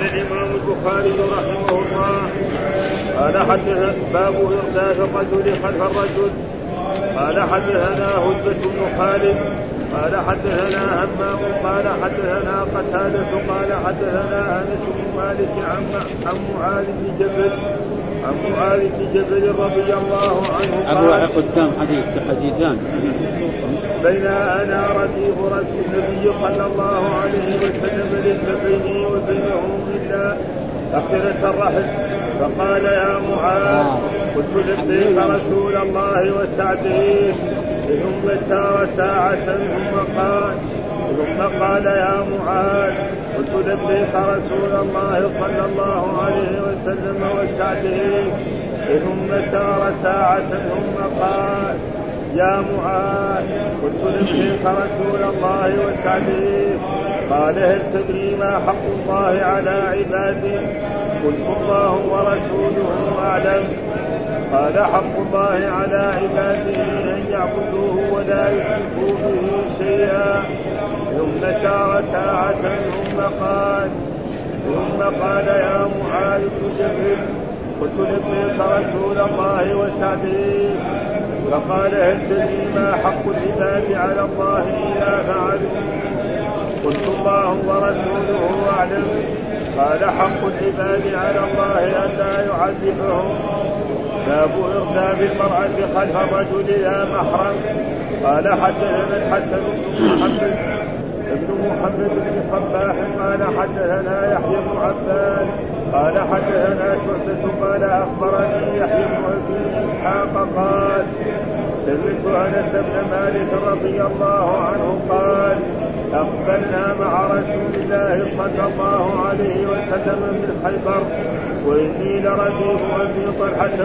الإمام البخاري رحمه الله قال حدثنا باب إرسال الرجل خلف الرجل. قال حدثنا هدبة بن خالد قال حدثنا همام قال حدثنا قتادة قال حدثنا أنس بن مالك عن معاذ بن جبل رضي الله عنه قال قدام حديثان بين أنا رديف رسول النبي صلى الله عليه وسلم ليس بيني وبينه إلا أخرة الرحل فقال يا معاذ قلت لبيك رسول الله واستعديت ثم سار ساعة ثم قال يا معاذ قلت لبيك رسول الله صلى الله عليه وسلم واستعديت ثم سار ساعة ثم قال يا معاذ قلت لبيك رسول الله واستعديت قال هل تدري ما حق الله على عباده قلت الله ورسوله أعلم قال حق الله على عباده أن يعبدوه ولا يشركوا به شيئا ثم سار ساعة ثم قال يا معاذ بن جبل قلت لبيك رسول الله وسعديك فقال هل تدري ما حق العباد على الله إذا فعلوا قلت الله ورسوله أعلم قال حق العباد على الله أن لا يعذبهم باب إرتاب المرأة خلف الرجل لا محرم. قال حدثنا الحسن بن محمد بن صباح قال حدثنا يحيى بن عبان قال حدثنا شعبة قال أخبرني يحيى بن أبي إسحاق قال سمعت أنس بن مالك رضي الله عنه قال أقبلنا مع رسول الله صلى الله عليه وسلم من خيبر وإني لرديف أبي طلحة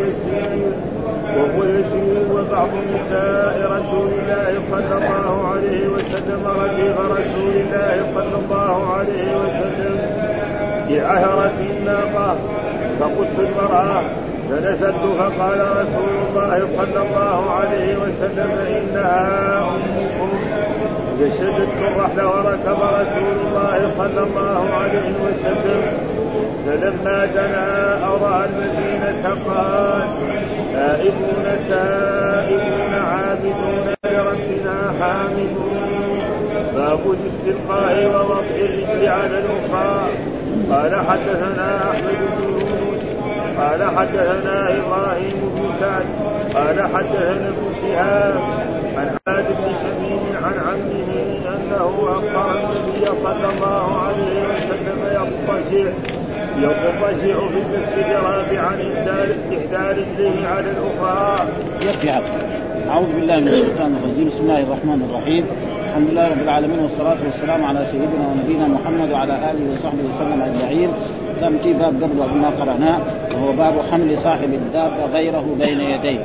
وهو يسير وبعض نساء رسول الله صلى الله عليه وسلم رديف رسول الله صلى الله عليه وسلم بعهرة الناقة فقلت المرأة فنزلت فقال رسول الله صلى الله عليه وسلم إنها أمكم فشددت الرحل وركب رسول الله صلى الله عليه وسلم فلما دنا أرى المدينة قال تائبون عابدون لربنا حامدون باب الاستلقاء ووضع الرجل على الأخرى. قال حدثنا أحمد بن يونس قال حدثنا إبراهيم بن سعد قال حدثنا ابن شهاب عن عباد بن شميم عن عمه أنه أخبر النبي صلى الله عليه وسلم يضطجع في المسجد رابعا إحدى رجليه على الأخرى. أعوذ بالله من الشيطان الرجيم. بسم الله الرحمن الرحيم. الحمد لله رب العالمين والصلاة والسلام على سيدنا ونبينا محمد وعلى آله وصحبه وسلم أجمعين. كان في باب قبل ما قرأناه وهو باب حمل صاحب الدابة غيره بين يديه.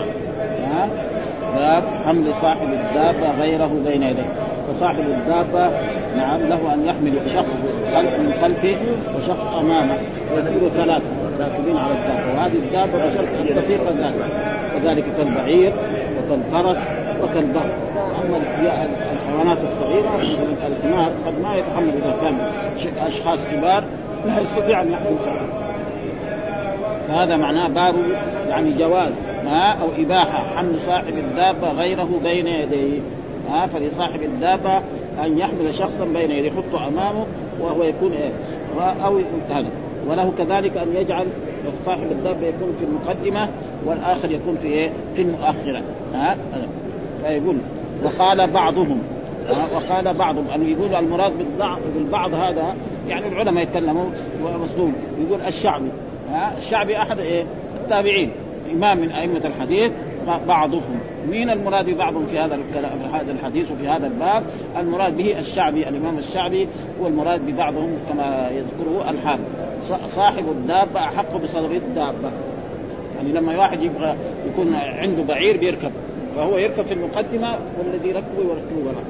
باب حمل صاحب الدابة غيره بين يديه. فصاحب الدابة نعم له أن يحمل شخص من خلفه وشخص أمامه ويذكر ثلاثة راكبين على الدابة وهذه الدابة بشرط الدقيقة ذلك وذلك كالبعير وكالفرس وكالبغل. أما الحيوانات الصغيرة مثل الحمار قد ما يتحمل إذا كان أشخاص كبار لا يستطيع أن يحمل خلفه. فهذا معناه باب يعني جواز أو إباحة حمل صاحب الدابة غيره بين يديه. فلصاحب الدابة أن يحمل شخصا بين يديه يحطه أمامه وهو يكون أو هذا. وله كذلك أن يجعل صاحب الدابة يكون في المقدمة والآخر يكون في المؤخرة. فيقول وقال بعضهم أن يقول المراد بالبعض هذا يعني العلماء يتكلموا ومصدوم يقول الشعبي أحد التابعين إمام من أئمة الحديث بعضهم. مين المراد ببعضهم في هذا الحديث وفي هذا الباب؟ المراد به الشعبي الإمام الشعبي والمراد ببعضهم كما يذكره الحافظ. صاحب الدابة أحق بصدر الدابة. يعني لما واحد يبغى يكون عنده بعير بيركب فهو يركب في المقدمة والذي يركبه وراء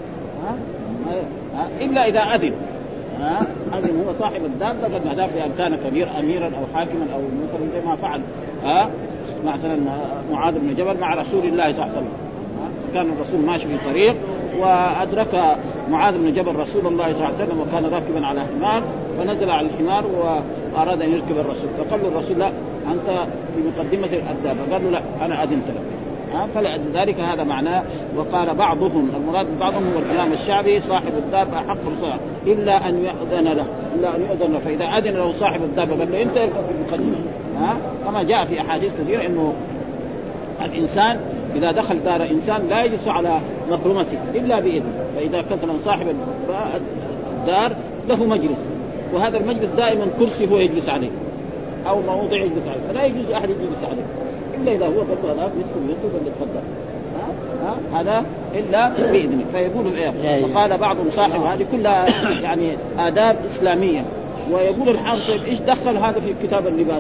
إلا إذا أذن هذا هو صاحب الدابة قد ما داب بأن كان كبير أميرا أو حاكما أو مثلا زي ما فعل مثلا معاذ بن جبل مع رسول الله صلى الله عليه وسلم. كان الرسول ماشي في طريق وأدرك معاذ بن جبل رسول الله صلى الله عليه وسلم وكان راكبا على حمار، فنزل على الحمار وأراد أن يركب الرسول، فقال له الرسول لا أنت بمقدمة الأداب، فقال له لا أنا أذنت لك. فلذلك هذا معناه. وقال بعضهم، المراد بعضهم هو الإمام الشعبي صاحب الدابة أحق بالصلاة إلا أن يؤذن له، فإذا أذن له صاحب الدابة قال له أنت اركب في المقدمة. كما جاء في أحاديث كثيرة إنه الإنسان إذا دخل دار إنسان لا يجلس على مكرمته إلا بإذن، فإذا كان صاحب الدار له مجلس، وهذا المجلس دائما كرسي هو يجلس عليه أو موضع يجلس عليه، فلا يجوز أحد يجلس عليه إلا إذا هو قد هذا يسكن يطلب أن يتفضل هذا إلا بإذنه. فيقول إيه؟ وقال بعضهم صاحب هذه كلها يعني آداب إسلامية. ويقول الحافظ إيش دخل هذا في كتاب اللباس؟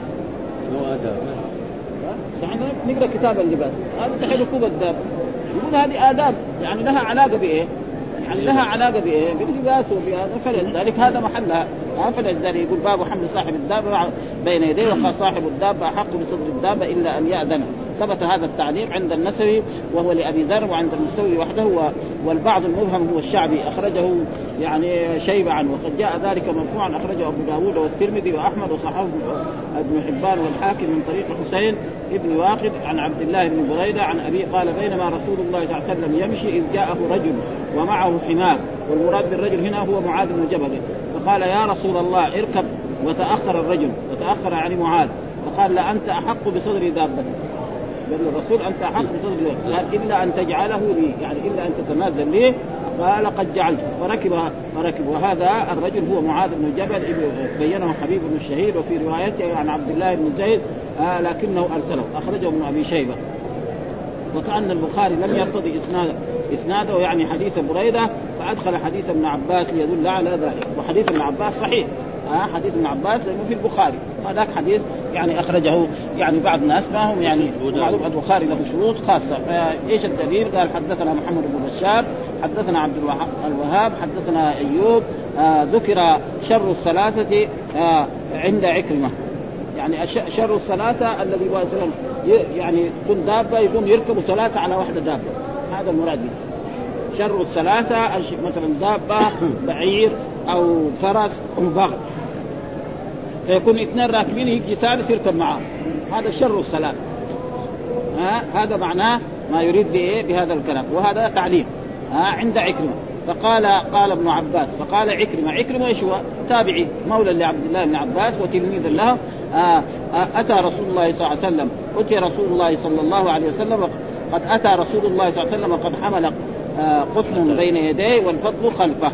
نقرأ كتاب اللباس هذا تحت ركوب الدابة، يقول هذه آداب يعني لها علاقة بإيه؟ يعني لها علاقة بإيه؟ باللباس وبهذا، فلذلك هذا محلها. فلذلك يقول باب حمل صاحب الدابة بين يديه، وقال صاحب الدابة أحق بصدر الدابة إلا أن يأذن. ثبت هذا التعليق عند النسوي وهو لأبي ذر، وعند المستوي وحده، والبعض المبهم هو الشعبي أخرجه يعني شيبة عنه، وقد جاء ذلك مرفوعا أخرجه أبو داود والترمذي وأحمد وصححه ابن حبان والحاكم من طريق حسين ابن واقد عن عبد الله بن بريدة عن أبي قال بينما رسول الله صلى الله عليه وسلم يمشي إذ جاءه رجل ومعه حمار، والمراد بالرجل هنا هو معاذ بن جبل، فقال يا رسول الله اركب، وتأخر الرجل، وتأخر يعني معاذ، فقال لا أنت أحق بصدر دابتك، قال الرسول أنت أحق بصدر دابتك إلا أن تجعله لي، يعني إلا أن تتنازل لي، قال قد جعلته، فركب. وهذا الرجل هو معاذ بن جبل بينه حبيب بن الشهيد، وفي روايته عن عبد الله بن زيد لكنه أرسله، أخرجه ابن أبي شيبة. وكأن البخاري لم يرتضي إسناده يعني حديث بريدة، فأدخل حديث ابن عباس ليدل على ذلك، وحديث ابن عباس صحيح، حديث ابن عباس لأنه في البخاري، هذاك حديث يعني أخرجه يعني بعض الناس ما هم يعني معلوم البخاري له شروط خاصة. فإيش الدليل؟ قال حدثنا محمد بن بشار حدثنا عبد الوهاب حدثنا أيوب ذكر شر الثلاثة عند عكرمة، يعني شر الثلاثة الذي مثلا يعني تكون دابة يكون يركب ثلاثة على واحدة دابة، هذا المراد به شر الثلاثة، مثلا دابة بعير أو فرس أو بغل، فيكون اثنين راكبين يجي ثالث يركب معه، هذا شر الثلاثة. هذا معناه ما يريد بهذا الكلام، وهذا تعليم عند عكرمة. قال ابن عباس، فقال عكرمة ايش هو؟ تابعي مولى لعبد الله بن عباس وتلميذ له. أتى رسول الله صلى الله عليه وسلم، أتي رسول الله صلى الله عليه وسلم، قد أتى رسول الله صلى الله عليه وسلم وقد حمل قطن بين يديه والفضل خلفه.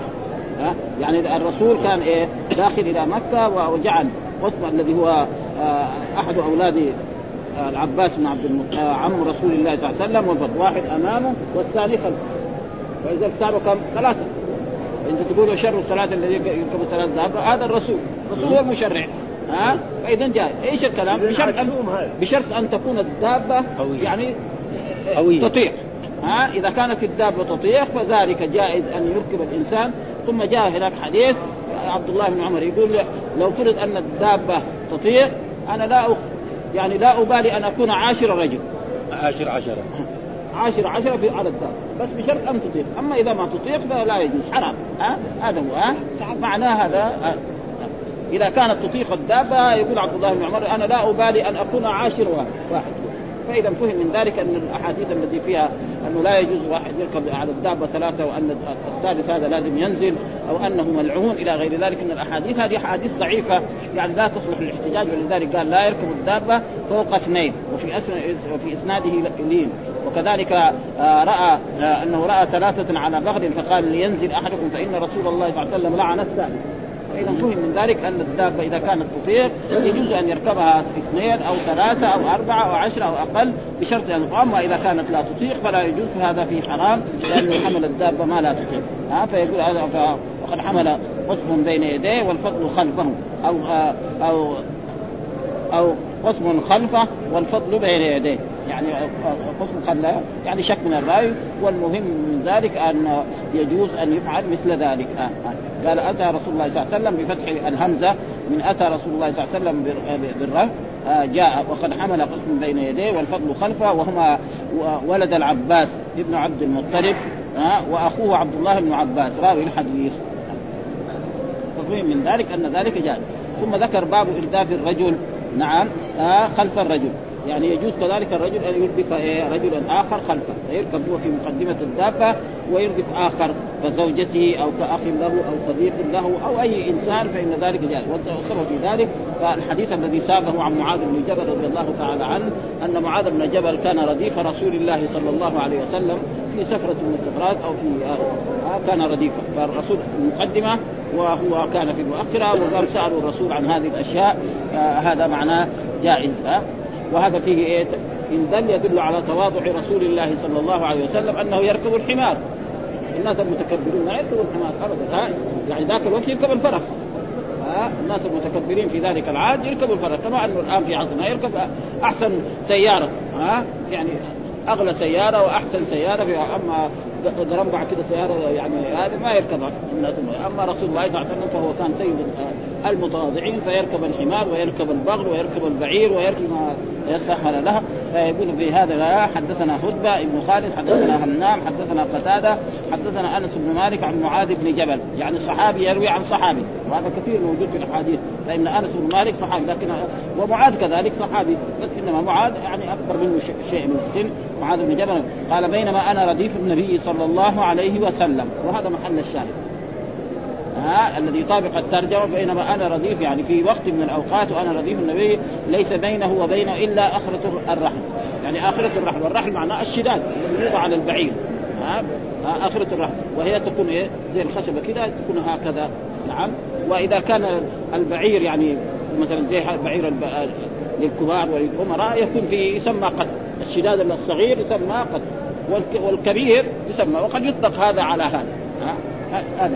يعني الرسول كان داخل إلى مكة وجعل قطن الذي هو أحد أولاد العباس بن عم رسول الله صلى الله عليه وسلم، والفضل واحد أمامه والثاني خلفه، فإذا صاروا كم؟ ثلاثة. أنت تقولوا شر الثلاثة الذي يركبوا ثلاث دابة، هذا الرسول هو المشرع. فإذا جاء إيش الكلام؟ بشرط أن تكون الدابة يعني تطيع. إذا كانت الدابة تطيع فذلك جائز أن يركب الإنسان. ثم جاء هناك حديث عبد الله بن عمر يقول لو فرض أن الدابة تطيع أنا لا أبالي أن أكون عاشر رجل، عاشر على الدابة، بس بشرط أن تطيق. أما إذا ما تطيق فلا يجوز، حرام. هذا هو معناه هذا. إذا كانت تطيق الدابة يقول عبد الله بن عمر أنا لا أبالي أن أكون عاشر واحد. فإذا فهم من ذلك أن الأحاديث التي فيها أنه لا يجوز واحد يركب على الدابة ثلاثة، وأن الثالث هذا لازم ينزل، أو أنه ملعون إلى غير ذلك من الأحاديث، هذه أحاديث ضعيفة يعني لا تصلح للاحتجاج. ولذلك قال لا يركب الدابة فوق اثنين، وفي إسناده لين. وكذلك أنه رأى ثلاثة على بغل فقال لينزل أحدكم فإن رسول الله صلى الله عليه وسلم لعن الثالث. فإذا فهم من ذلك أن الدابة إذا كانت تطيق يجوز أن يركبها اثنين أو ثلاثة أو أربعة أو 10 أو أقل بشرط أن تقام. وإذا كانت لا تطيق فلا يجوز، هذا فيه حرام لأنه حمل الدابة ما لا تطيق. فيقول هذا وقد حمل قطب بين يديه والفضل خلفه، أو قطب خلفه والفضل بين يديه، يعني قطب خلفه يعني شك من الرأي. والمهم من ذلك أن يجوز أن يفعل مثل ذلك. قال أتى رسول الله صلى الله عليه وسلم بفتح الهمزة من أتى رسول الله صلى الله عليه وسلم بالرفع، جاء وقد حمل قطب بين يديه والفضل خلفه، وهما ولد العباس ابن عبد المطلب وأخوه عبد الله بن عباس راوي الحديث. تفهم من ذلك أن ذلك جائز. ثم ذكر باب إرداف الرجل خلف الرجل، يعني يجوز كذلك الرجل أن يردف رجلا آخر خلفه، فيركب هو في مقدمة الدابة ويردف آخر كزوجته أو كأخ له أو صديق له أو أي إنسان، فإن ذلك جائز. والسبب في ذلك فالحديث الذي ساقه عن معاذ بن جبل رضي الله تعالى عنه أن معاذ بن جبل كان رديف رسول الله صلى الله عليه وسلم في سفرة من السفرات أو في كان رديفا، فالرسول في المقدمة وهو كان في المؤخرة، وقال سألوا الرسول عن هذه الأشياء. هذا معناه جائز. وهذا فيه إن دل يدل على تواضع رسول الله صلى الله عليه وسلم أنه يركب الحمار. الناس المتكبرين لا يركبوا الحمار أبدا، يعني ذاك الوقت يركب الفرس. الناس المتكبرين في ذلك العهد يركبوا الفرس، كما أنه الآن في عصرنا يركب أحسن سيارة، يعني أغلى سيارة وأحسن سيارة. أما درنبع كده سيارة يعني هذا ما يركبها الناس. أما رسول الله صلى الله عليه وسلم فهو كان سيد المتواضعين، فيركب الحمار ويركب البغل ويركب البعير ويركب ما يسهل لها. فيقول في هذا حدثنا هدبة ابن خالد حدثنا همام حدثنا قتادة حدثنا أنس بن مالك عن معاذ بن جبل، يعني صحابي يروي عن صحابي، وهذا كثير موجود في الأحاديث، فإن أنس بن مالك صحابي لكن ومعاذ كذلك صحابي، بس إنما معاذ يعني أكبر منه شيء من السن. معاذ بن جبل قال بينما أنا رديف النبي صلى الله عليه وسلم، وهذا محل الشاهد الذي يطابق الترجمة، بينما أنا رديف يعني في وقت من الأوقات وأنا رديف النبي ليس بينه وبينه إلا آخرة الرحل، يعني آخرة الرحل، والرحل معناه الشداد الذي يوضع على البعير، آخرة الرحل، وهي تكون زي الخشبة كده تكون هكذا. نعم. وإذا كان البعير يعني مثلا زي بعير للكبار والأمراء يكون في يسمى قد، الشداد الصغير يسمى قد، والكبير يسمى، وقد يطلق هذا على هذا. هذا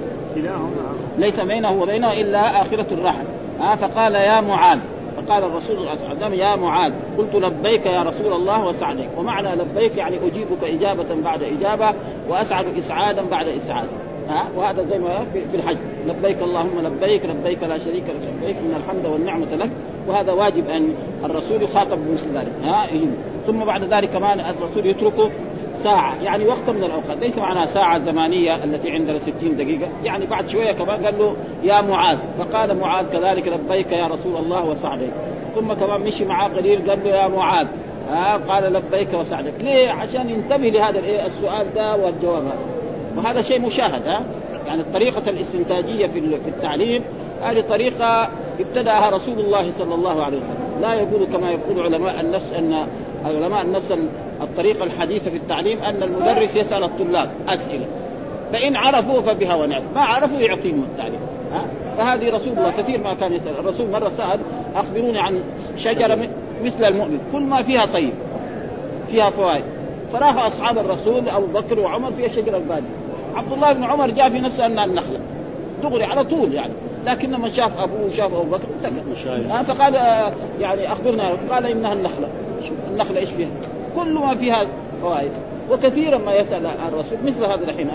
ليس بينه وبينه إلا آخرة الرحل. فقال يا معاذ، فقال الرسول صلى الله عليه وسلم يا معاذ، قلت لبيك يا رسول الله وسعديك. ومعنى لبيك يعني أجيبك إجابة بعد إجابة وأسعد إسعادا بعد إسعاد. وهذا زي ما في الحج، لبيك اللهم لبيك لبيك لا شريك لك لبيك إن الحمد والنعمة لك. وهذا واجب أن الرسول يخاطب بمثل ذلك. ثم بعد ذلك كمان الرسول يتركه ساعة، يعني وقت من الأوقات، ليس معناها ساعة زمانية التي عندنا 60 دقيقة، يعني بعد شوية كمان قال له يا معاذ، فقال معاذ كذلك لبيك يا رسول الله وسعديك. ثم كمان مشي معاه قليل قال له يا معاذ، قال لبيك وسعديك. ليه؟ عشان ينتبه لهذا السؤال ده والجواب هذا. وهذا شيء مشاهد. يعني الطريقة الاستنتاجية في التعليم هذه طريقة ابتدأها رسول الله صلى الله عليه وسلم. لا يقول كما يقول علماء النفس أن علماء النفس الطريقة الحديثة في التعليم أن المدرس يسأل الطلاب أسئلة، فإن عرفوا فبها ونعم، ما عرفوا يعطيهم التعليم. فهذه رسول الله كثير ما كان يسأل. الرسول مرة سأل أخبروني عن شجرة مثل المؤمن كل ما فيها طيب فيها فوائد، فراح أصحاب الرسول أبو بكر وعمر في الشجرة البادية. عبد الله بن عمر جاء في نفسه أنها النخلة تغري على طول يعني، لكن لما شاف أبوه وشاف أبو بكر سكت. فقال يعني أخبرنا، قال إنها النخلة. النخلة إيش فيها؟ كل ما فيها فوائد. وكثيرا ما يسأل الرسول مثل هذا الحين.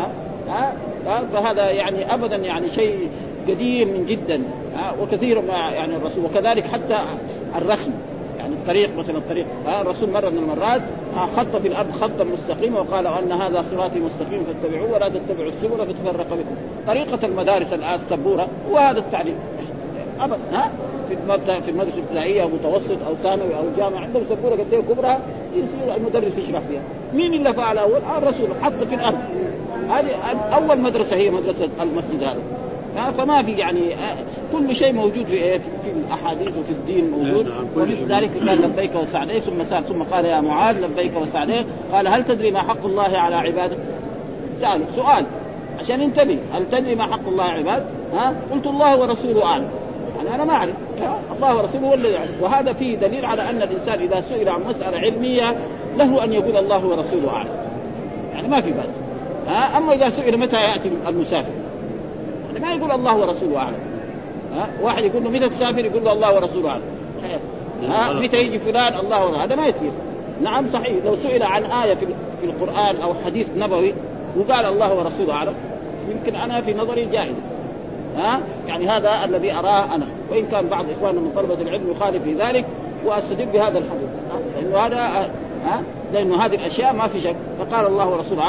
فهذا يعني أبدا يعني شيء قديم من جدا. وكثيرا ما يعني الرسول، وكذلك حتى الرسم، يعني الطريق مثلا الطريق. الرسول مرة من المرات خط في الأرض خطا مستقيما وقال أن هذا صراطي مستقيم فاتبعوه ولا تتبعوا السبل فتفرق بكم. طريقة المدارس الآن السبورة وهذا التعليم أبدا. في المدرسة الابتدائية أو متوسط أو ثانوي أو جامعة عندهم سبورة قد ايه كبرى يصير المدرس يشرح فيها. مين اللي فعل أول؟ الرسول حط في الأرض. هذه أول مدرسة هي مدرسة المسجد هذا. فما في يعني كل شيء موجود في الأحاديث وفي الدين موجود. ومثل ذلك قال لبيك وسعديك. ثم سأل ثم قال يا معاذ لبيك وسعديك. قال هل تدري ما حق الله على عباده؟ سأل سؤال عشان ينتبه. هل تدري ما حق الله على عباده؟ قلت الله ورسوله أعلم. يعني أنا ما أعرف، الله ورسوله هو اللي يعلم. وهذا فيه دليل على أن الإنسان إذا سئل عن مسألة علمية له أن يقول الله ورسوله أعلم، يعني ما في بأس. أما إذا سئل متى يأتي المسافر يعني ما يقول الله ورسوله أعلم. واحد يقول له متى تسافر يقول له الله ورسوله أعلم. متى يجي فلان الله ورسوله، هذا ما يصير. نعم صحيح لو سئل عن آية في القرآن أو حديث نبوي وقال الله ورسوله أعلم يمكن أنا في نظري جائز. يعني هذا الذي أراه أنا، وإن كان بعض إخواننا من طلبة العلم يخالف في ذلك وأستدل بهذا الحديث لأنه هذا لأنه هذه الأشياء ما في شك. فقال الله ورسوله أعلم.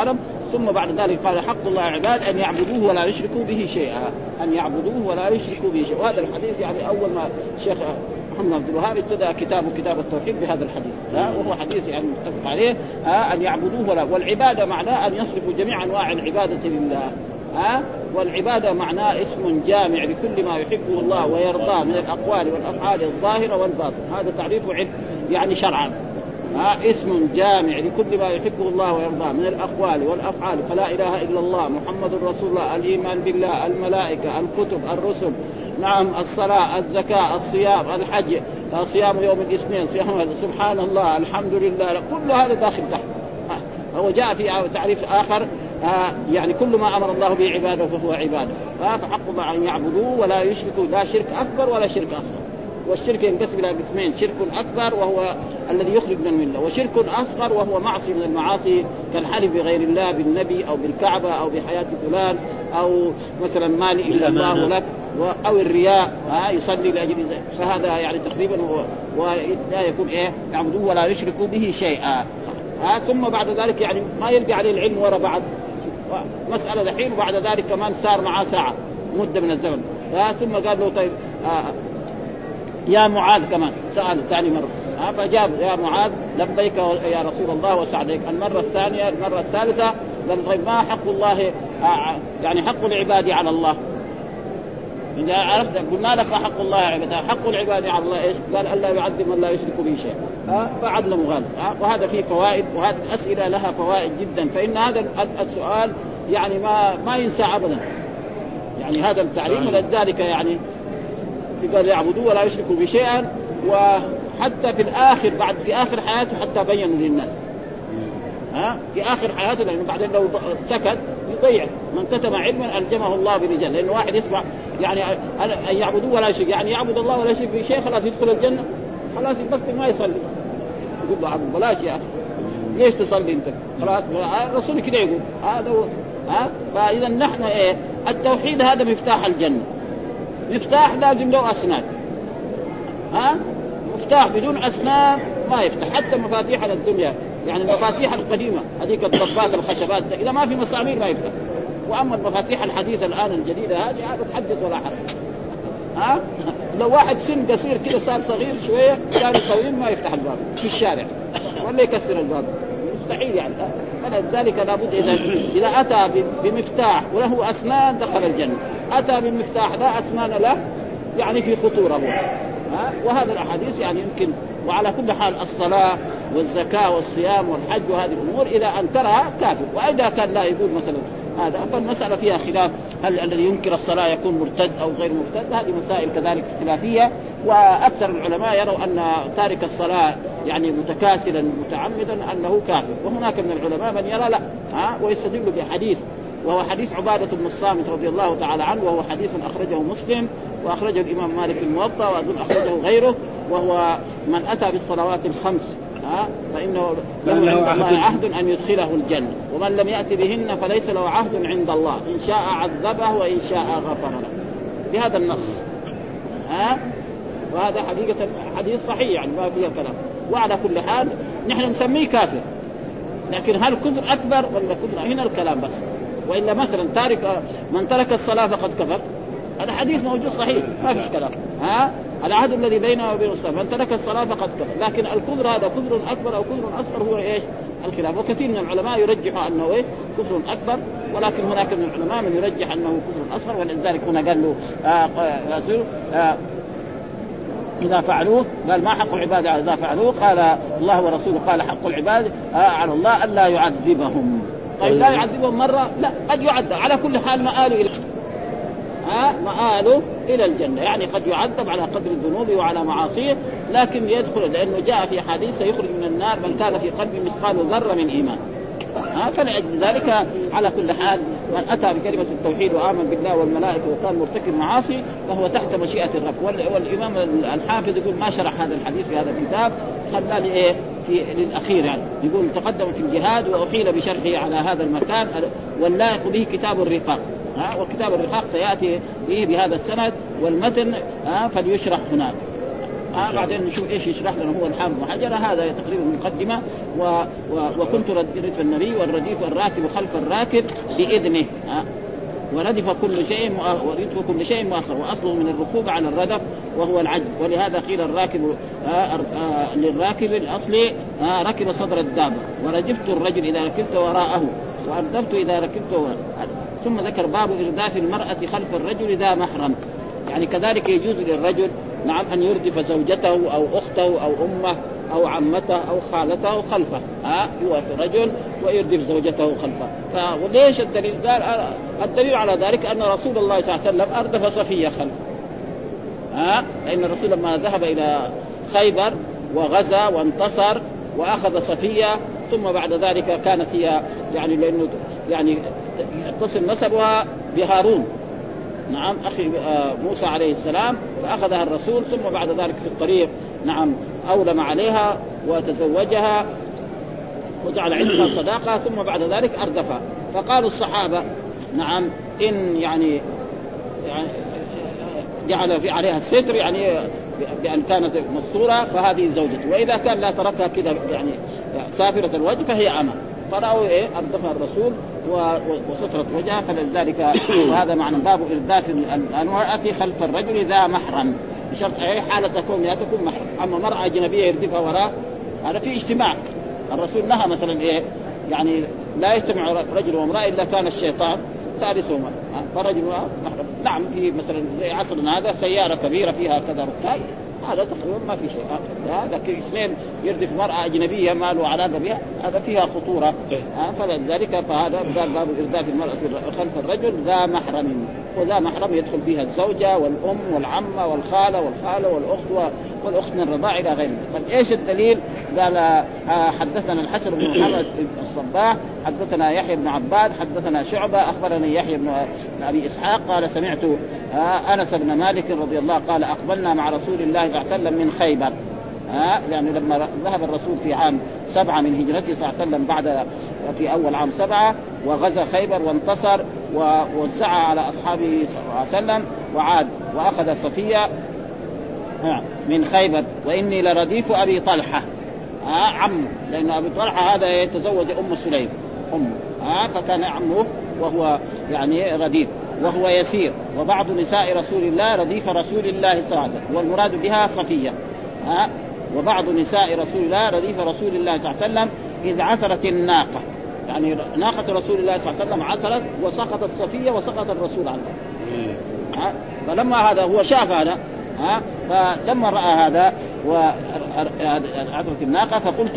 ثم بعد ذلك قال حق الله عباد أن يعبدوه ولا يشركوا به شيئا، أن يعبدوه ولا يشركوا به شيئا. وهذا الحديث يعني أول ما الشيخ محمد عبد الوهاب ابتدأ كتاب التوحيد بهذا الحديث، وهو حديث يعني متفق عليه، أن يعبدوه والعبادة معناه أن يصرفوا جميع أنواع العبادة لله. والعبادة معناه اسم جامع لكل ما يحبه الله ويرضاه من الأقوال والأفعال الظاهرة والباطنة. هذا تعريفه يعني شرعا، اسم جامع لكل ما يحبه الله ويرضاه من الأقوال والأفعال، فلا إله إلا الله محمد رسول الله، الإيمان بالله، الملائكة، الكتب، الرسل، نعم، الصلاة، الزكاة، الصيام، الحج، صيام يوم الاثنين، سبحان الله، الحمد لله، كل هذا داخل تحت. هو جاء في تعريف آخر يعني كل ما أمر الله به عباده فهو عباده. فحق الله أن يعبدوه ولا يشركوا، لا شرك أكبر ولا شرك أصغر. والشرك ينقسم إلى قسمين: شرك أكبر وهو الذي يخرج من الملة، وشرك أصغر وهو معصية من المعاصي كالحلف بغير الله بالنبي أو بالكعبة أو بحياة فلان أو مثلا مال إلا الله لك أو الرياء، يصلي لأجل ذلك، فهذا يعني تقريبا ولا يكون يعبدوه ولا يشركوا به شيئا. ثم بعد ذلك يعني ما يلقى عليه العلم وراء بعض مسألة دحين، وبعد ذلك كمان صار معاه ساعة مدة من الزمن، ثم قال له طيب يا معاذ كمان سأل ثاني مرة، فجاب يا معاذ لبيك يا رسول الله وسعديك. المرة الثانية، المرة الثالثة قال طيب ما حق الله يعني حق العباد على الله؟ إذا عرفت قلنا لك حق الله عباده، حق العباد على الله إيش؟ قال ألا يعذب من لا يشرك به شيء، فعدل مغالب. وهذا فيه فوائد، وهذه الأسئلة لها فوائد جدا، فإن هذا السؤال يعني ما ينسى أبدا، يعني هذا التعريف. ولذلك يعني قال يعبدوه ولا يشركوا بشيئا، وحتى في الآخر في آخر حياته حتى بيّنوا للناس، في آخر حياته، لأنه بعدين لو سكت يضيع. من كتم علما ألجمه الله برجال، لأنه واحد يسمع يعني أن يعبدوه ولا يشرك، يعني يعبد الله ولا يشرك بشيء، خلاص يدخل الجنة، خلاص يبطل ما يصلي. يقول له عبد بلاش يا أخي، ليش تصلي أنت؟ خلاص الرسول كده يقول هذا فإذا نحن التوحيد هذا مفتاح الجنة. مفتاح لازم له أسنان، مفتاح بدون أسنان ما يفتح. حتى مفاتيح الدنيا يعني المفاتيح القديمة هذيك الضبات الخشبات إذا ما في مسامير ما يفتح. وأما المفاتيح الحديثة الآن الجديدة هذه تحدث ولا حرج. لو واحد سن قصير كده صار صغير شوية كان طويل ما يفتح الباب في الشارع ولا يكسر الباب، مستحيل يعني. فلذلك لابد إذا أتى بمفتاح وله أسنان دخل الجنة، أتى بمفتاح لا أسنان له يعني في خطورة. وهذا الأحاديث يعني يمكن. وعلى كل حال الصلاة والزكاة والصيام والحج وهذه الأمور إذا أنكرها كافر، وإذا كان لا يقول مثلا هذا، فالمسألة فيها خلاف، هل الذي ينكر الصلاة يكون مرتد أو غير مرتد؟ هذه مسائل كذلك خلافية. وأكثر العلماء يروا أن تارك الصلاة يعني متكاسلا متعمدا أنه كافر، وهناك من العلماء من يرى لا، ويستدل بحديث وهو حديث عبادة بن الصامت رضي الله تعالى عنه، وهو حديث أخرجه مسلم وأخرجه الإمام مالك في الموطأ وأظن أخرجه غيره، وهو من أتى بالصلوات الخمس فإنه له عهد أن يدخله الجنة، ومن لم يأتي بهن فليس له عهد عند الله، إن شاء عذبه وإن شاء غفر له، بهذا النص. وهذا حقيقة حديث صحيح يعني ما فيه كلام. وعلى كل حال نحن نسميه كافر، لكن هل كفر أكبر ولا كفر؟ هنا الكلام بس. وإلا مثلا من ترك الصلاة فقد كفر، هذا حديث موجود صحيح ما فيش كلام. العهد الذي بينه وبين الصلاة، من ترك الصلاة فقد كفر. لكن الكفر هذا كفر أكبر أو كفر أصغر هو إيش الخلاف. وكثير من العلماء يرجح أنه كفر أكبر، ولكن هناك من العلماء من يرجح أنه كفر أصغر. ولذلك هنا قال له إذا فعلوه، قال ما حق العباد إذا فعلوه؟ قال الله ورسوله قال حق العباد على الله ألا يعذبهم. طيب لا يعذبهم مرة، لا، قد يعذب. على كل حال مآله إلى الجنة، يعني قد يعذب على قدر الذنوب وعلى معاصيه، لكن يدخل، لأنه جاء في حديث يخرج من النار من كان في قلبه مثقال ذرة من إيمان. فلأجل ذلك على كل حال من أتى بكلمة التوحيد وآمن بالله والملائكة وكان مرتكب معاصي فهو تحت مشيئة الرب. والإمام الحافظ يقول ما شرح هذا الحديث في هذا الكتاب، خلى لإيه للأخير يعني، يقول تقدم في الجهاد وأحيل بشرحه على هذا المكان، واللائق به كتاب الرقاق. وكتاب الرقاق سيأتي به بهذا السند والمتن فليشرح هناك. بعدين نشوف ايش يشرح لنا هو الحافظ بن حجر. هذا تقريبا مقدمه. وكنت ردف النبي والرديف الراكب خلف الراكب باذنه. وردف كل شيء وردف كل شيء مؤخر، واصله من الركوب على الردف وهو العجز، ولهذا قيل الراكب للراكب الاصلي ركب صدر الدابه، ورجفت الرجل اذا ركبت وراءه، واردفت اذا ركبت ثم ذكر باب إرداف المرأة خلف الرجل ذا محرم. يعني كذلك يجوز للرجل نعم أن يردف زوجته أو أخته أو أمه أو عمته أو خالته خلفه. يوقف الرجل ويردف زوجته خلفه. وليش الدليل؟ قال الدليل على ذلك أن رسول الله صلى الله عليه وسلم أردف صفية خلفه. لأن الرسول لما ذهب إلى خيبر وغزا وانتصر وأخذ صفية، ثم بعد ذلك كانت هي يعني لأنه يعني يتصل نسبها بهارون نعم أخي موسى عليه السلام، فأخذها الرسول، ثم بعد ذلك في الطريق نعم أولم عليها وتزوجها وجعل عندها صداقة، ثم بعد ذلك أردفها. فقالوا الصحابة نعم إن يعني جعل في عليها الستر يعني بأن كانت مستورة فهذه زوجته، وإذا كان لا تركها كذا يعني سافرة الوجه فهي أمة. فرأوا أردفها الرسول وسترت وجهها، فلذلك وهذا معنى باب إرداف المرأة خلف الرجل ذا محرم، بشرط حالة تكون محرم. أما مرأة أجنبية يردفها وراء هذا في اجتماع. الرسول نهى مثلا يعني لا يجتمع رجل وامرأة إلا كان الشيطان ثالثهما، فرجل محرم. نعم في مثلا زي عصرنا هذا سيارة كبيرة فيها كذا ركاب، هذا تقريبا ما في شيء. لكن اثنين يردف مرأة أجنبية ما له علاقة بها هذا فيها خطورة. فلذلك فهذا قال باب إرداف المرأة خلف الرجل ذا محرم. وذا محرم يدخل فيها الزوجة والأم والعمة والخالة والأخت والأخت من الرضاع إلى غيره. طيب إيش الدليل؟ قال حدثنا الحسن بن محمد الصباح حدثنا يحيى بن عباد حدثنا شعبة أخبرني يحيى بن أبي إسحاق قال سمعت أنس بن مالك رضي الله قال أقبلنا مع رسول الله صلى الله عليه وسلم من خيبر. يعني لما ذهب الرسول في عام 7 من هجرته صلى الله عليه وسلم بعد في أول عام 7 وغزا خيبر وانتصر ووزع على أصحابه صلى الله عليه وسلم وعاد وأخذ صفية من خيبر. وإني لرديف أبي طلحة عمه، لأن أبي طلحة هذا يتزوج أم سليم فكان عمه وهو يعني رديف وهو يسير. وبعض نساء رسول الله رديف رسول الله صلى الله عليه وسلم، والمراد بها صفية. وبعض نساء رسول الله رديف رسول الله صلى الله عليه وسلم إذ عثرت الناقة، يعني ناقة رسول الله صلى الله عليه وسلم عثرت وسقطت صفية وسقط الرسول عنها. فلما هذا هو شاف هذا فلما رأى هذا وعثرت الناقة فقلت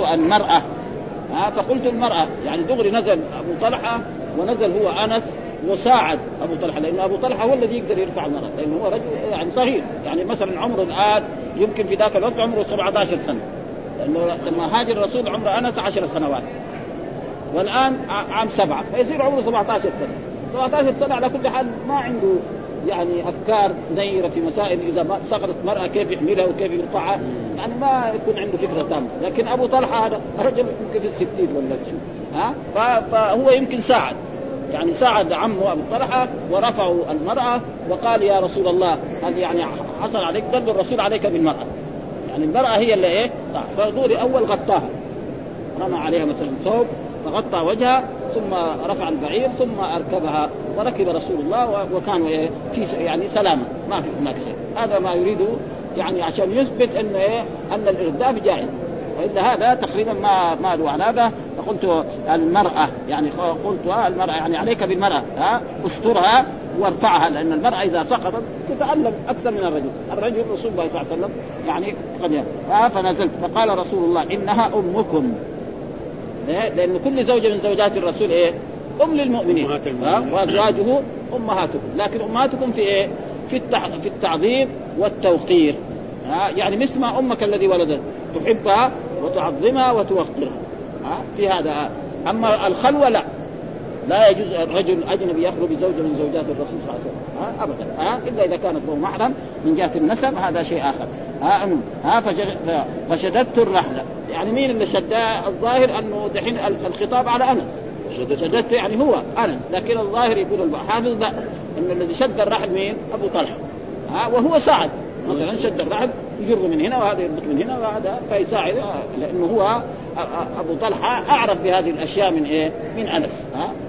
المرأة يعني دغري نزل أبو طلحة ونزل هو أنس وساعد أبو طلحة، لأن أبو طلحة هو الذي يقدر يرفع المرأة، لأنه هو رجل يعني صغير، يعني مثلا عمره الآن يمكن في ذاك الوقت عمره 17 سنة، لأنه لما هاجر الرسول عمره أنس 10 سنوات، والآن عام 7 فيصير عمره 17 سنة. 17 سنة على كل حال ما عنده يعني أفكار نيرة في مسائل إذا ما سقطت مرأة كيف يحملها وكيف يرفعها، يعني ما يكون عنده فكرة تامة. لكن أبو طلحة هذا رجل يمكن في 60 ولا شو فهو يمكن ساعد عمه أبو طلحة ورفعوا المرأة وقال يا رسول الله هل يعني حصل عليك دل الرسول عليك بالمرأة، يعني المرأة هي اللي فدوري أول غطاها رمى عليها مثلا ثوب فغطى وجهها ثم رفع البعير ثم أركبها وركب رسول الله وكانوا في يعني سلامة ما في هناك شيء. هذا ما يريده يعني عشان يثبت أن الإرداف جائز، وإلا هذا تقريبا ما له علاقة. فقلت المرأة يعني المرأة يعني عليك بالمرأة استرها وارفعها، لأن المرأة إذا سقطت تتألم أكثر من الرجل رسول الله صلى الله عليه وسلم يعني قد فنزلت فقال رسول الله إنها أمكم، لأن كل زوجة من زوجات الرسول أم للمؤمنين وأزواجه أمهاتكم، لكن أمهاتكم في في التعظيم والتوقير، يعني مثل ما أمك الذي ولدت تحبها وتعظمها وتوقرها في هذا. أما الخلوة لا يجوز الرجل أجنبي يخلو بزوجة من زوجات الرسول صلى الله عليه وسلم أبدا إلا إذا كانت له محرم من جهة النسب، هذا شيء آخر. فشددت الرحلة، يعني مين اللي شدها؟ الظاهر أنه دحين الخطاب على أنس، شددت يعني هو أنس، لكن الظاهر يقول الحافظ لا، أن الذي شد الرحل مين؟ أبو طلحة وهو ساعد، مثلا شد الرحل يجر من هنا وهذا يربط من هنا وهذا فيساعد، لأنه هو أبو طلحة أعرف بهذه الأشياء من إيه؟ من أنس.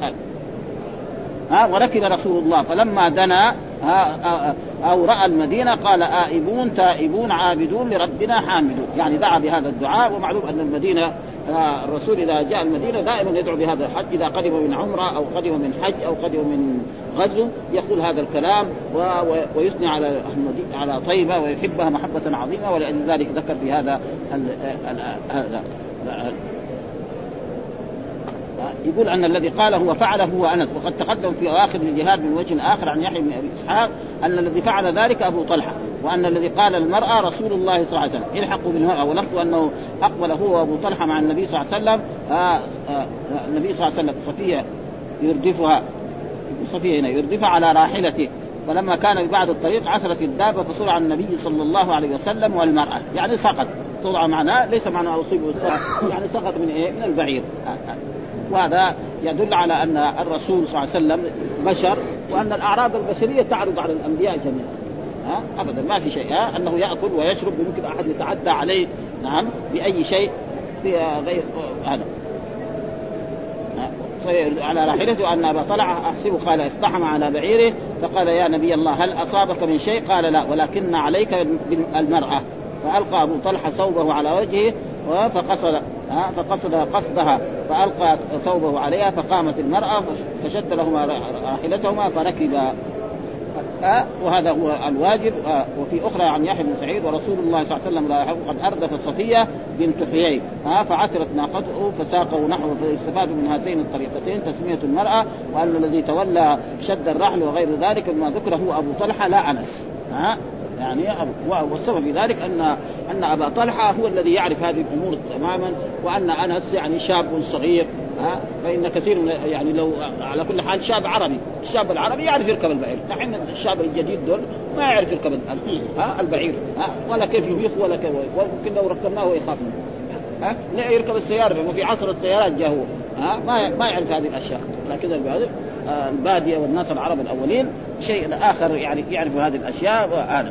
وركب رسول الله فلما دنا أو رأى المدينة قال آئبون تائبون عابدون لربنا حامدون، يعني دعا بهذا الدعاء. ومعلوم أن المدينة الرسول إذا جاء المدينة دائما يدعو بهذا الحج، إذا قدم من عمرة أو قدم من حج أو قدم من غزو يقول هذا الكلام ويثني على طيبة ويحبها محبة عظيمة، ولذلك ذكر في هذا يقول أن الذي قاله هو فعله هو أنس. وقد تقدم في أواخر الجهاد من وجه آخر عن يحيى بن أبي إسحاق أن الذي فعل ذلك أبو طلحة، وأن الذي قال المرأة رسول الله صلى الله عليه وسلم الحقوا بالمرأة، ولفظ أنه أقبل هو أبو طلحة مع النبي صلى الله عليه وسلم. النبي صلى الله عليه وسلم صفية يردفها، صفية هنا يردفها على راحلته، فلما كان ببعد الطريق عثرت الدابة فصرع النبي صلى الله عليه وسلم والمرأة، يعني سقط. صرع معناه ليس معناه أصيب بالصرع، يعني سقط من إيه؟ من البعير. وهذا يدل على أن الرسول صلى الله عليه وسلم بشر، وأن الأعراض البشرية تعرض على الأنبياء جميعا. أبدا ما في شيء أنه يأكل ويشرب يمكن أحد يتعدى عليه نعم بأي شيء في غير هذا. على راحلته أن أبا طلحة أحسبه قال افتحم على بعيره فقال يا نبي الله هل أصابك من شيء؟ قال لا ولكن عليك بالمرأة. فألقى أبو طلحة ثوبه على وجهه فقصد قصدها فألقى ثوبه عليها فقامت المرأة فشد لهما راحلتهما فركبا. وهذا هو الواجب. وفي أخرى عن يحيى بن سعيد ورسول الله صلى الله عليه وسلم قد أردف صفية بنت حيي فعثرت ناقته فساقوا نحوه. فاستفادوا من هاتين الطريقتين تسمية المرأة، وأن الذي تولى شد الرحل وغير ذلك مما ذكر هو أبو طلحة لا أنس. يعني والسبب في ذلك أن أبا طلحة هو الذي يعرف هذه الأمور تماما، وأن أنس يعني شاب صغير. فإن كثير يعني لو على كل حال شاب عربي، الشاب العربي يعرف يركب البعير، نحن الشاب الجديد دول ما يعرف يركب البعير ولا كيف يبيخ ولا كيف، وممكن لو ركبناه يخاف منه. لا يركب السيارة، لأنه في عصر السيارات جاء هو ما يعرف هذه الأشياء. لكن البادية والناس العرب الأولين شيء آخر يعني يعرف هذه الأشياء.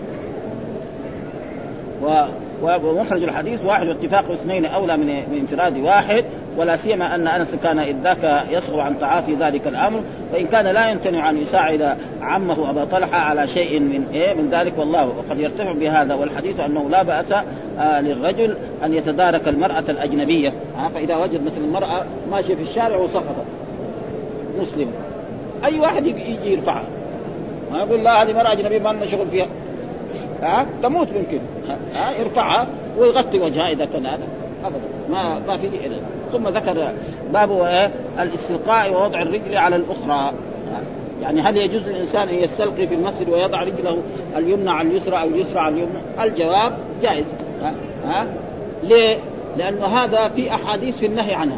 ومخرج الحديث واحد واتفاق اثنين أولى من انفراد واحد، ولا سيما أن أنس كان إذ ذاك يصغر عن تعاطي ذلك الأمر، فإن كان لا يمتنع أن يساعد عمه أبا طلحة على شيء من ذلك والله وقد يرتفع بهذا. والحديث أنه لا بأس للرجل أن يتدارك المرأة الأجنبية. فإذا وجد مثل المرأة ماشية في الشارع وسقطت مسلم، أي واحد يجي يرفعها ما يقول لا هذه مرأة أجنبية ما لنا شغل فيها، تموت ممكن. يرفعها ويغطي وجهها إذا كان هذا أبدا ما في إذن. ثم ذكر باب الاستلقاء ووضع الرجل على الأخرى، يعني هل يجوز للإنسان أن يستلقي في المسجد ويضع رجله اليمنى على اليسرى أو اليسرى على اليمنى؟ الجواب جائز. ليه؟ لأنه هذا في أحاديث في النهي عنها،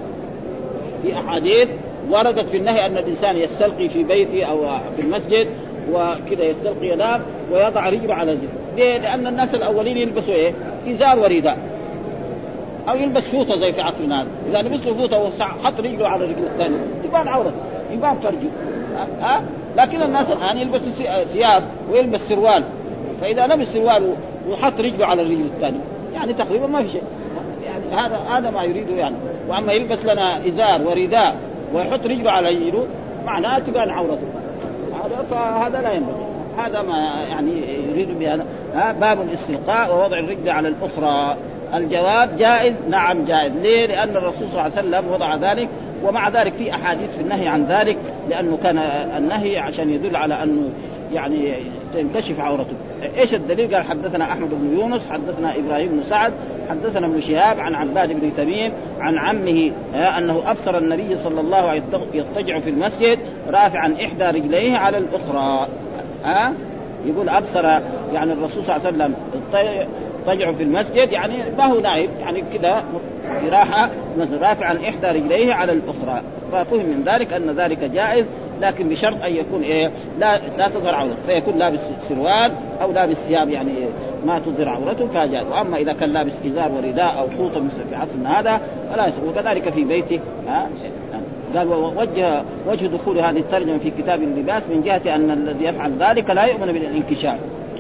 في أحاديث وردت في النهي أن الإنسان يستلقي في بيته أو في المسجد وكذا يستلقي ينام ويضع رجله على رجله. ليه؟ لأن الناس الأولين يلبسوا إزار ورداء، أو يلبس فوطة زي في عصرنا هذا، إذا لبس له فوطة وحط رجله على الرجل الثاني يبان عورته يبان فرجه. لكن الناس الآن يلبس ثياب ويلبس سروال، فإذا لبس سروال وحط رجله على الرجل الثاني يعني تقريبا ما في شيء. يعني هذا ما يريده يعني. وأما يلبس لنا إزار ورداء ويحط رجله على رجله معناه تبان عورته، فهذا لا ينبغي. هذا ما يعني يريد بهذا. باب الاستلقاء ووضع الرجل على الأخرى. الجواب جائز، نعم جائز. ليه؟ لأن الرسول صلى الله عليه وسلم وضع ذلك، ومع ذلك في أحاديث في النهي عن ذلك، لأنه كان النهي عشان يدل على أنه يعني تنكشف عورته. إيش الدليل؟ قال حدثنا أحمد بن يونس حدثنا إبراهيم بن سعد حدثنا ابن شهاب عن عباد بن تميم عن عمه أنه أبصر النبي صلى الله عليه وسلم يضطجع في المسجد رافعا إحدى رجليه على الأخرى. يقول أبصر يعني الرسول صلى الله عليه وسلم يضطجع في المسجد، يعني ما هو نائب، يعني كذا براحة رافعا إحدى رجليه على الأخرى. ففهم من ذلك أن ذلك جائز، لكن بشرط أن يكون لا تظهر عورته، فيكون لابس سروال أو لابس ثياب يعني ما تظهر عورته فجائز. وأما إذا كان لابس إزار ورداء أو خوطة مثل في عصرنا هذا فلا يسوء. وكذلك في بيته. قال وجه دخول هذه الترجمة في كتاب اللباس من جهة أن الذي يفعل ذلك لا يؤمن بالانكشاف،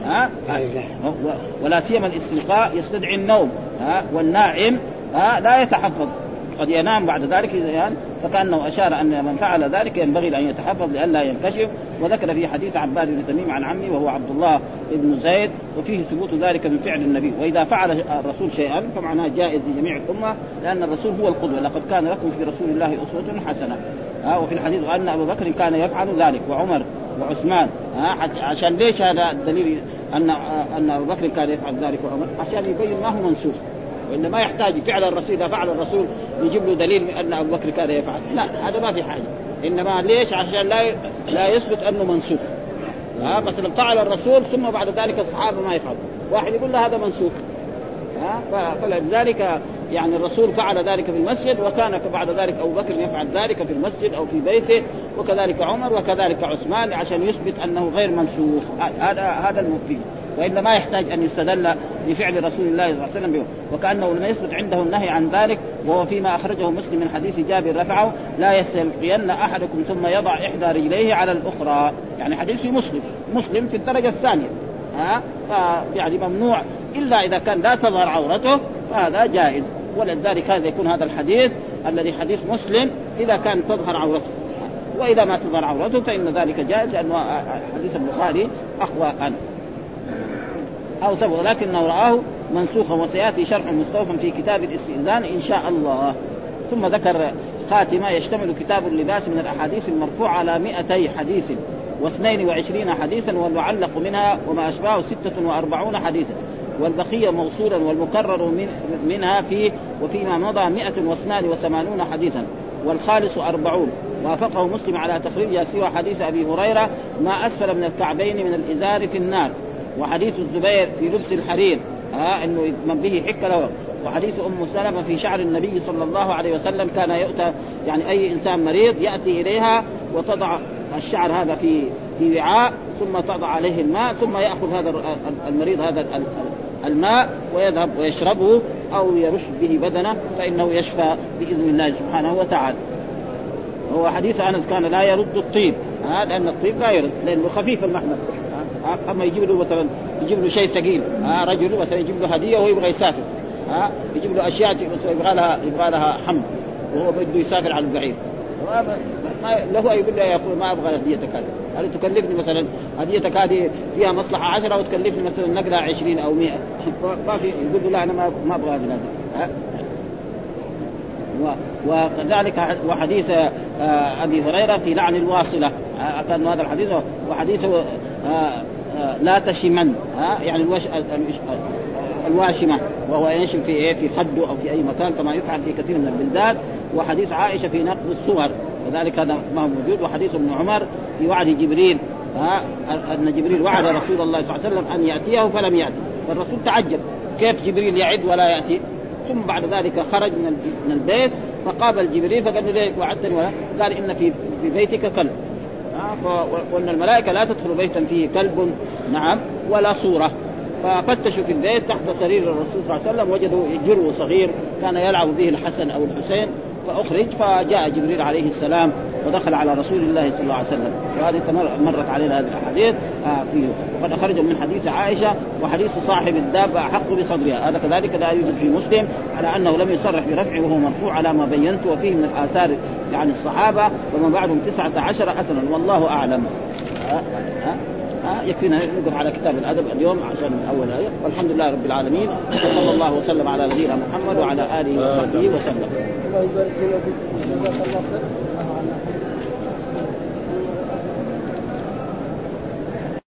ولا سيما الاستلقاء يستدعي النوم والنائم لا يتحفظ قد ينام بعد ذلك يعني، فكأنه أشار أن من فعل ذلك ينبغي أن يتحفظ لئلا ينكشف. وذكر في حديث عباد بن تميم عن عمي وهو عبد الله بن زيد وفيه ثبوت ذلك من فعل النبي. وإذا فعل الرسول شيئا فمعناه جائز لجميع الأمة لأن الرسول هو القدوة، لقد كان لكم في رسول الله أسوة حسنة. وفي الحديث أن أبو بكر كان يفعل ذلك وعمر وعثمان. عشان ليش هذا الدليل أن أبو بكر كان يفعل ذلك وعمر؟ عشان يبين ما هو منسوخ، وإنما يحتاج فعل الرسول. إذا فعل الرسول يجيب له دليل أن أبو بكر كان يفعل، لا هذا ما في حاجة. إنما ليش؟ عشان لا يثبت أنه منسوخ. مثلا فعل الرسول ثم بعد ذلك الصحابة ما يفعل، واحد يقول له هذا منسوخ. فلذلك يعني الرسول فعل ذلك في المسجد، وكان بعد ذلك أبو بكر يفعل ذلك في المسجد أو في بيته، وكذلك عمر وكذلك عثمان، عشان يثبت أنه غير منسوخ. هذا المفيد. وإلا ما يحتاج أن يستدل بفعل رسول الله صلى الله عليه وسلم به. وكأنه لم يثبت عنده النهي عن ذلك، وهو فيما أخرجه مسلم من حديث جابر رفعه: لا يستلقين أحدكم ثم يضع إحدى رجليه على الأخرى. يعني حديث مسلم في الدرجة الثانية. يعني ممنوع إلا إذا كان لا تظهر عورته فهذا جائز. ولذلك هذا يكون هذا الحديث الذي حديث مسلم إذا كان تظهر عورته، وإذا ما تظهر عورته فإن ذلك جائز، لأنه حديث البخاري أقوى عنه أو سبق، لكنه رآه منسوخا. وسيأتي شرح مستوفا في كتاب الاستئذان إن شاء الله. ثم ذكر خاتمة: يشتمل كتاب اللباس من الأحاديث المرفوع على 200 حديث و22 حديثا، والمعلق منها وما أشبهه 46 حديثا، والبقية موصولا والمكرر منها وفيما مضى 182 حديثا، والخالص 40. وافقه مسلم على تخريجها سوى حديث أبي هريرة: ما أسفل من الكعبين من الإزار في النار، وحديث الزبير في لبس الحرير إنه من به حك له، وحديث أم سلمة في شعر النبي صلى الله عليه وسلم كان يؤتى، يعني أي إنسان مريض يأتي إليها وتضع الشعر هذا في وعاء ثم تضع عليه الماء، ثم يأخذ هذا المريض هذا الماء ويذهب ويشربه أو يرش به بدنه فإنه يشفى بإذن الله سبحانه وتعالى. هو حديث أنس كان لا يرد الطيب، لأن الطيب لا يرد لأنه خفيف المحمل. أما يجيب له مثلا يجيب له شيء ثقيل، رجل مثلا يجيب له هدية وهو يبغى يسافر، يجيب له أشياء يبغى لها حمل وهو بده يسافر على البعير، له يقول له يا أخوي ما أبغى هديتك هذه، هل تكلفني مثلا هديتك هذه فيها مصلحة 10 وتكلفني مثلا نقلها 20 أو 100، ما في، يقول له لا أنا ما أبغى هذه. وكذلك وحديث أبي هريرة في لعن الواصلة، كان هذا الحديث. وحديث لا تشمن، يعني الواشمة، وهو ينشم في خده أو في أي مكان كما يفعل في كثير من البلدان. وحديث عائشة في نقض الصور، وذلك هذا ما هو موجود. وحديث ابن عمر في وعد جبريل، أن جبريل وعد رسول الله صلى الله عليه وسلم أن يأتيه فلم يأتي، والرسول تعجب كيف جبريل يعد ولا يأتي. ثم بعد ذلك خرج من البيت فقابل جبريل فقال له ليك وعدتني ولا؟ قال إن في بيتك كلب، وأن الملائكة لا تدخل بيتا فيه كلب ولا صورة. ففتشوا في البيت تحت سرير الرسول صلى الله عليه وسلم وجدوا جرو صغير كان يلعب به الحسن أو الحسين، فأخرج، فجاء جبريل عليه السلام ودخل على رسول الله صلى الله عليه وسلم. وهذه مرت علينا هذه الأحاديث فيه. وقد أخرج من حديث عائشة: وحديث صاحب الدابة أحق بصدرها. هذا كذلك لا يوجد في مسلم على أنه لم يصرح برفعه وهو مرفوع على ما بينت. وفيه من الآثار يعني الصحابة ومن بعدهم 19 أثرا، والله أعلم. يكفينا نقف على كتاب الأدب اليوم عشان أول آية. والحمد لله رب العالمين، وصلى الله وسلم على نبينا محمد وعلى آله وصحبه وسلم.